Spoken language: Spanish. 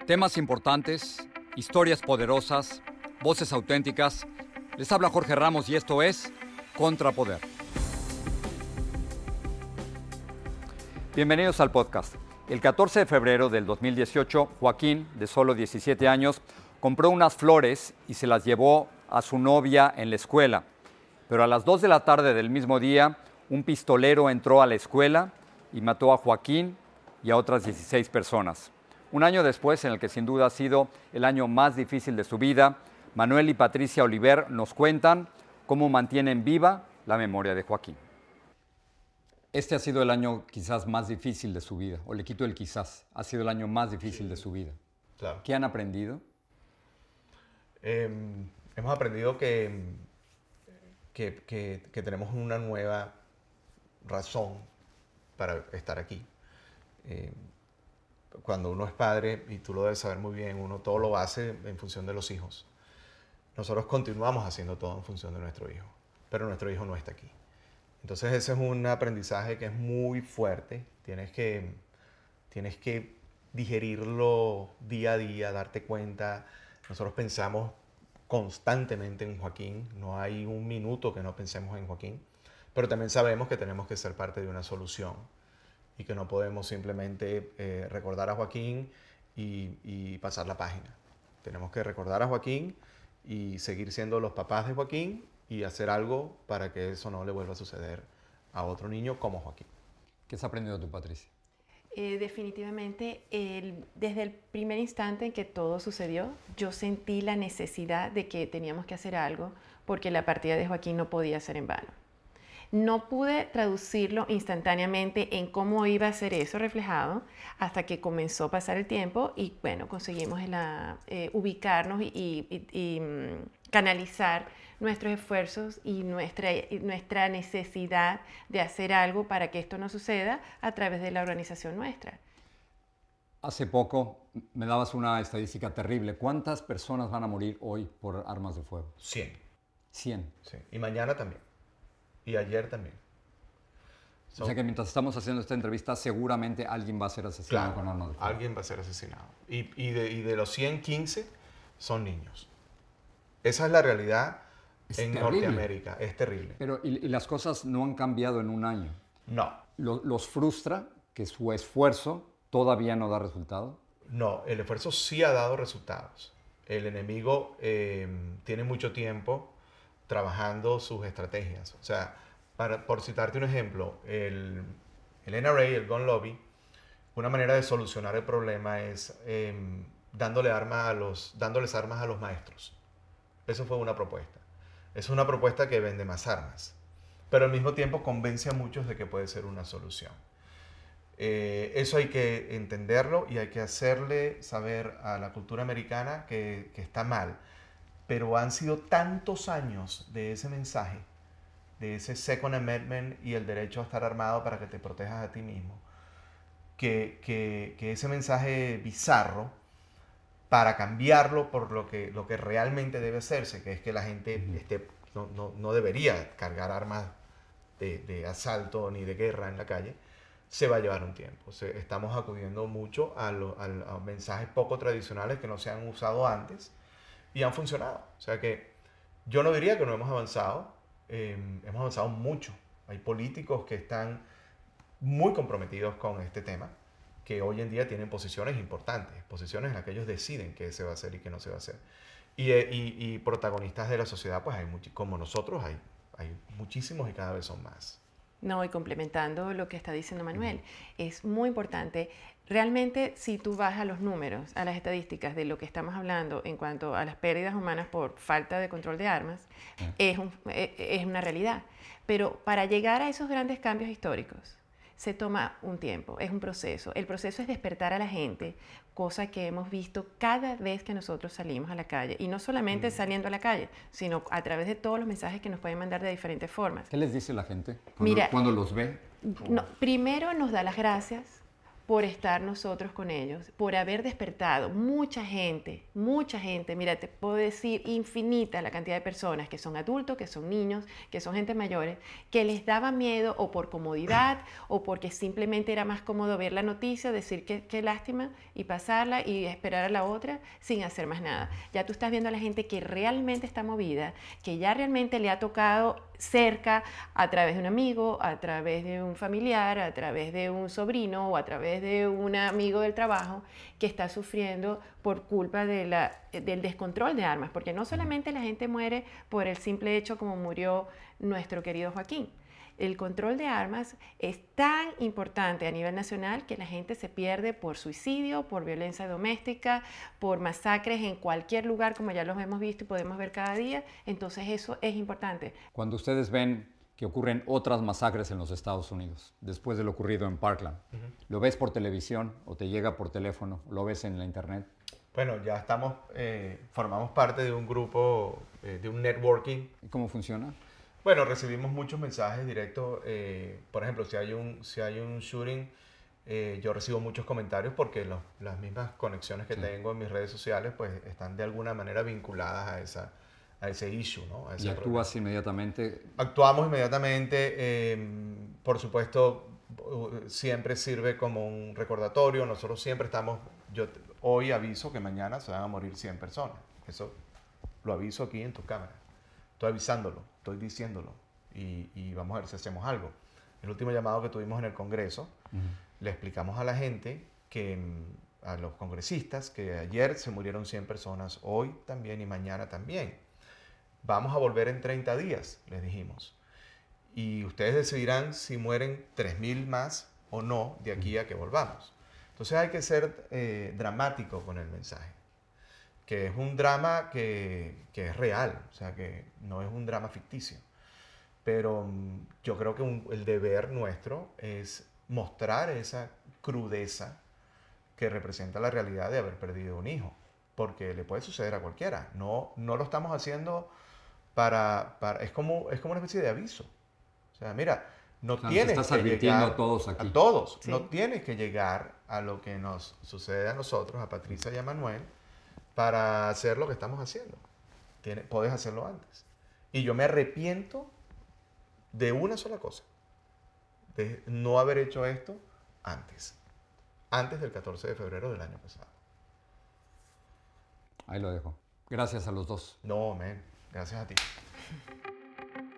Temas importantes, historias poderosas, voces auténticas. Les habla Jorge Ramos y esto es Contrapoder. Bienvenidos al podcast. El 14 de febrero del 2018, Joaquín, de solo 17 años, compró unas flores y se las llevó a su novia en la escuela. Pero a las 2 de la tarde del mismo día, un pistolero entró a la escuela y mató a Joaquín y a otras 16 personas. Un año después, en el que sin duda ha sido el año más difícil de su vida, Manuel y Patricia Oliver nos cuentan cómo mantienen viva la memoria de Joaquín. Este ha sido el año quizás más difícil de su vida, o le quito el quizás, ha sido el año más difícil de su vida. Claro. ¿Qué han aprendido? Hemos aprendido que tenemos una nueva razón para estar aquí. Cuando uno es padre, y tú lo debes saber muy bien, uno todo lo hace en función de los hijos. Nosotros continuamos haciendo todo en función de nuestro hijo, pero nuestro hijo no está aquí. Entonces ese es un aprendizaje que es muy fuerte. Tienes que digerirlo día a día, darte cuenta. Nosotros pensamos constantemente en Joaquín. No hay un minuto que no pensemos en Joaquín. Pero también sabemos que tenemos que ser parte de una solución y que no podemos simplemente recordar a Joaquín y pasar la página. Tenemos que recordar a Joaquín y seguir siendo los papás de Joaquín y hacer algo para que eso no le vuelva a suceder a otro niño como Joaquín. ¿Qué has aprendido tú, Patricia? Definitivamente, desde el primer instante en que todo sucedió, yo sentí la necesidad de que teníamos que hacer algo porque la partida de Joaquín no podía ser en vano. No pude traducirlo instantáneamente en cómo iba a ser eso reflejado hasta que comenzó a pasar el tiempo y bueno, conseguimos ubicarnos y canalizar nuestros esfuerzos y nuestra necesidad de hacer algo para que esto no suceda a través de la organización nuestra. Hace poco me dabas una estadística terrible. ¿Cuántas personas van a morir hoy por armas de fuego? 100. 100. Sí. Y mañana también. Y ayer también. O sea que mientras estamos haciendo esta entrevista, seguramente alguien va a ser asesinado con armas de fuego. Alguien va a ser asesinado. Y de los 115 son niños. Esa es la realidad en Norteamérica. Es terrible. Pero ¿y las cosas no han cambiado en un año? No. ¿Los frustra que su esfuerzo todavía no da resultado? No, el esfuerzo sí ha dado resultados. El enemigo tiene mucho tiempo trabajando sus estrategias. O sea, por citarte un ejemplo, el NRA, el Gun Lobby, una manera de solucionar el problema es dándoles armas a los maestros. Eso fue una propuesta. Es una propuesta que vende más armas, pero al mismo tiempo convence a muchos de que puede ser una solución. Eso hay que entenderlo y hay que hacerle saber a la cultura americana que está mal. Pero han sido tantos años de ese mensaje, de ese Second Amendment y el derecho a estar armado para que te protejas a ti mismo, que ese mensaje bizarro, para cambiarlo por lo que realmente debe hacerse, que es que la gente no debería cargar armas de asalto ni de guerra en la calle, se va a llevar un tiempo. Estamos acudiendo mucho a mensajes poco tradicionales que no se han usado antes, y han funcionado. O sea que yo no diría que no hemos avanzado. Hemos avanzado mucho. Hay políticos que están muy comprometidos con este tema, que hoy en día tienen posiciones importantes, posiciones en las que ellos deciden qué se va a hacer y qué no se va a hacer. Y protagonistas de la sociedad, pues como nosotros, hay muchísimos y cada vez son más. No, y complementando lo que está diciendo Manuel, es muy importante. Realmente, si tú vas a los números, a las estadísticas de lo que estamos hablando en cuanto a las pérdidas humanas por falta de control de armas, es una realidad. Pero para llegar a esos grandes cambios históricos, se toma un tiempo, es un proceso. El proceso es despertar a la gente, cosa que hemos visto cada vez que nosotros salimos a la calle. Y no solamente saliendo a la calle, sino a través de todos los mensajes que nos pueden mandar de diferentes formas. ¿Qué les dice la gente Mira, cuando los ve? No, primero nos da las gracias por estar nosotros con ellos, por haber despertado mucha gente, mira, te puedo decir infinita la cantidad de personas que son adultos, que son niños, que son gente mayores, que les daba miedo o por comodidad o porque simplemente era más cómodo ver la noticia, decir qué lástima y pasarla y esperar a la otra sin hacer más nada. Ya tú estás viendo a la gente que realmente está movida, que ya realmente le ha tocado cerca a través de un amigo, a través de un familiar, a través de un sobrino o a través de un amigo del trabajo que está sufriendo por culpa del descontrol de armas, porque no solamente la gente muere por el simple hecho como murió nuestro querido Joaquín. El control de armas es tan importante a nivel nacional que la gente se pierde por suicidio, por violencia doméstica, por masacres en cualquier lugar, como ya los hemos visto y podemos ver cada día. Entonces eso es importante. Cuando ustedes ven que ocurren otras masacres en los Estados Unidos, después de lo ocurrido en Parkland, ¿lo ves por televisión o te llega por teléfono? ¿Lo ves en la internet? Bueno, ya formamos parte de un grupo, de un networking. ¿Y cómo funciona? Bueno, recibimos muchos mensajes directos. Por ejemplo, si hay un shooting, yo recibo muchos comentarios porque las mismas conexiones que tengo en mis redes sociales pues están de alguna manera vinculadas a ese issue, ¿no? ¿Y actúas inmediatamente? Actuamos inmediatamente. Por supuesto, siempre sirve como un recordatorio. Nosotros siempre hoy aviso que mañana se van a morir 100 personas. Eso lo aviso aquí en tu cámara. Estoy avisándolo, estoy diciéndolo y vamos a ver si hacemos algo. El último llamado que tuvimos en el Congreso, le explicamos a la gente, a los congresistas, que ayer se murieron 100 personas, hoy también y mañana también. Vamos a volver en 30 días, les dijimos. Y ustedes decidirán si mueren 3.000 más o no de aquí a que volvamos. Entonces hay que ser dramático con el mensaje, que es un drama que es real, o sea, que no es un drama ficticio. Pero yo creo que el deber nuestro es mostrar esa crudeza que representa la realidad de haber perdido un hijo, porque le puede suceder a cualquiera. No lo estamos haciendo es como una especie de aviso. O sea, mira, no tienes que llegar a todos aquí. A todos. Sí. No tienes que llegar a lo que nos sucede a nosotros, a Patricia y a Manuel, para hacer lo que estamos haciendo. Puedes hacerlo antes. Y yo me arrepiento de una sola cosa, de no haber hecho esto antes del 14 de febrero del año pasado. Ahí lo dejo. Gracias a los dos. No, men, gracias a ti.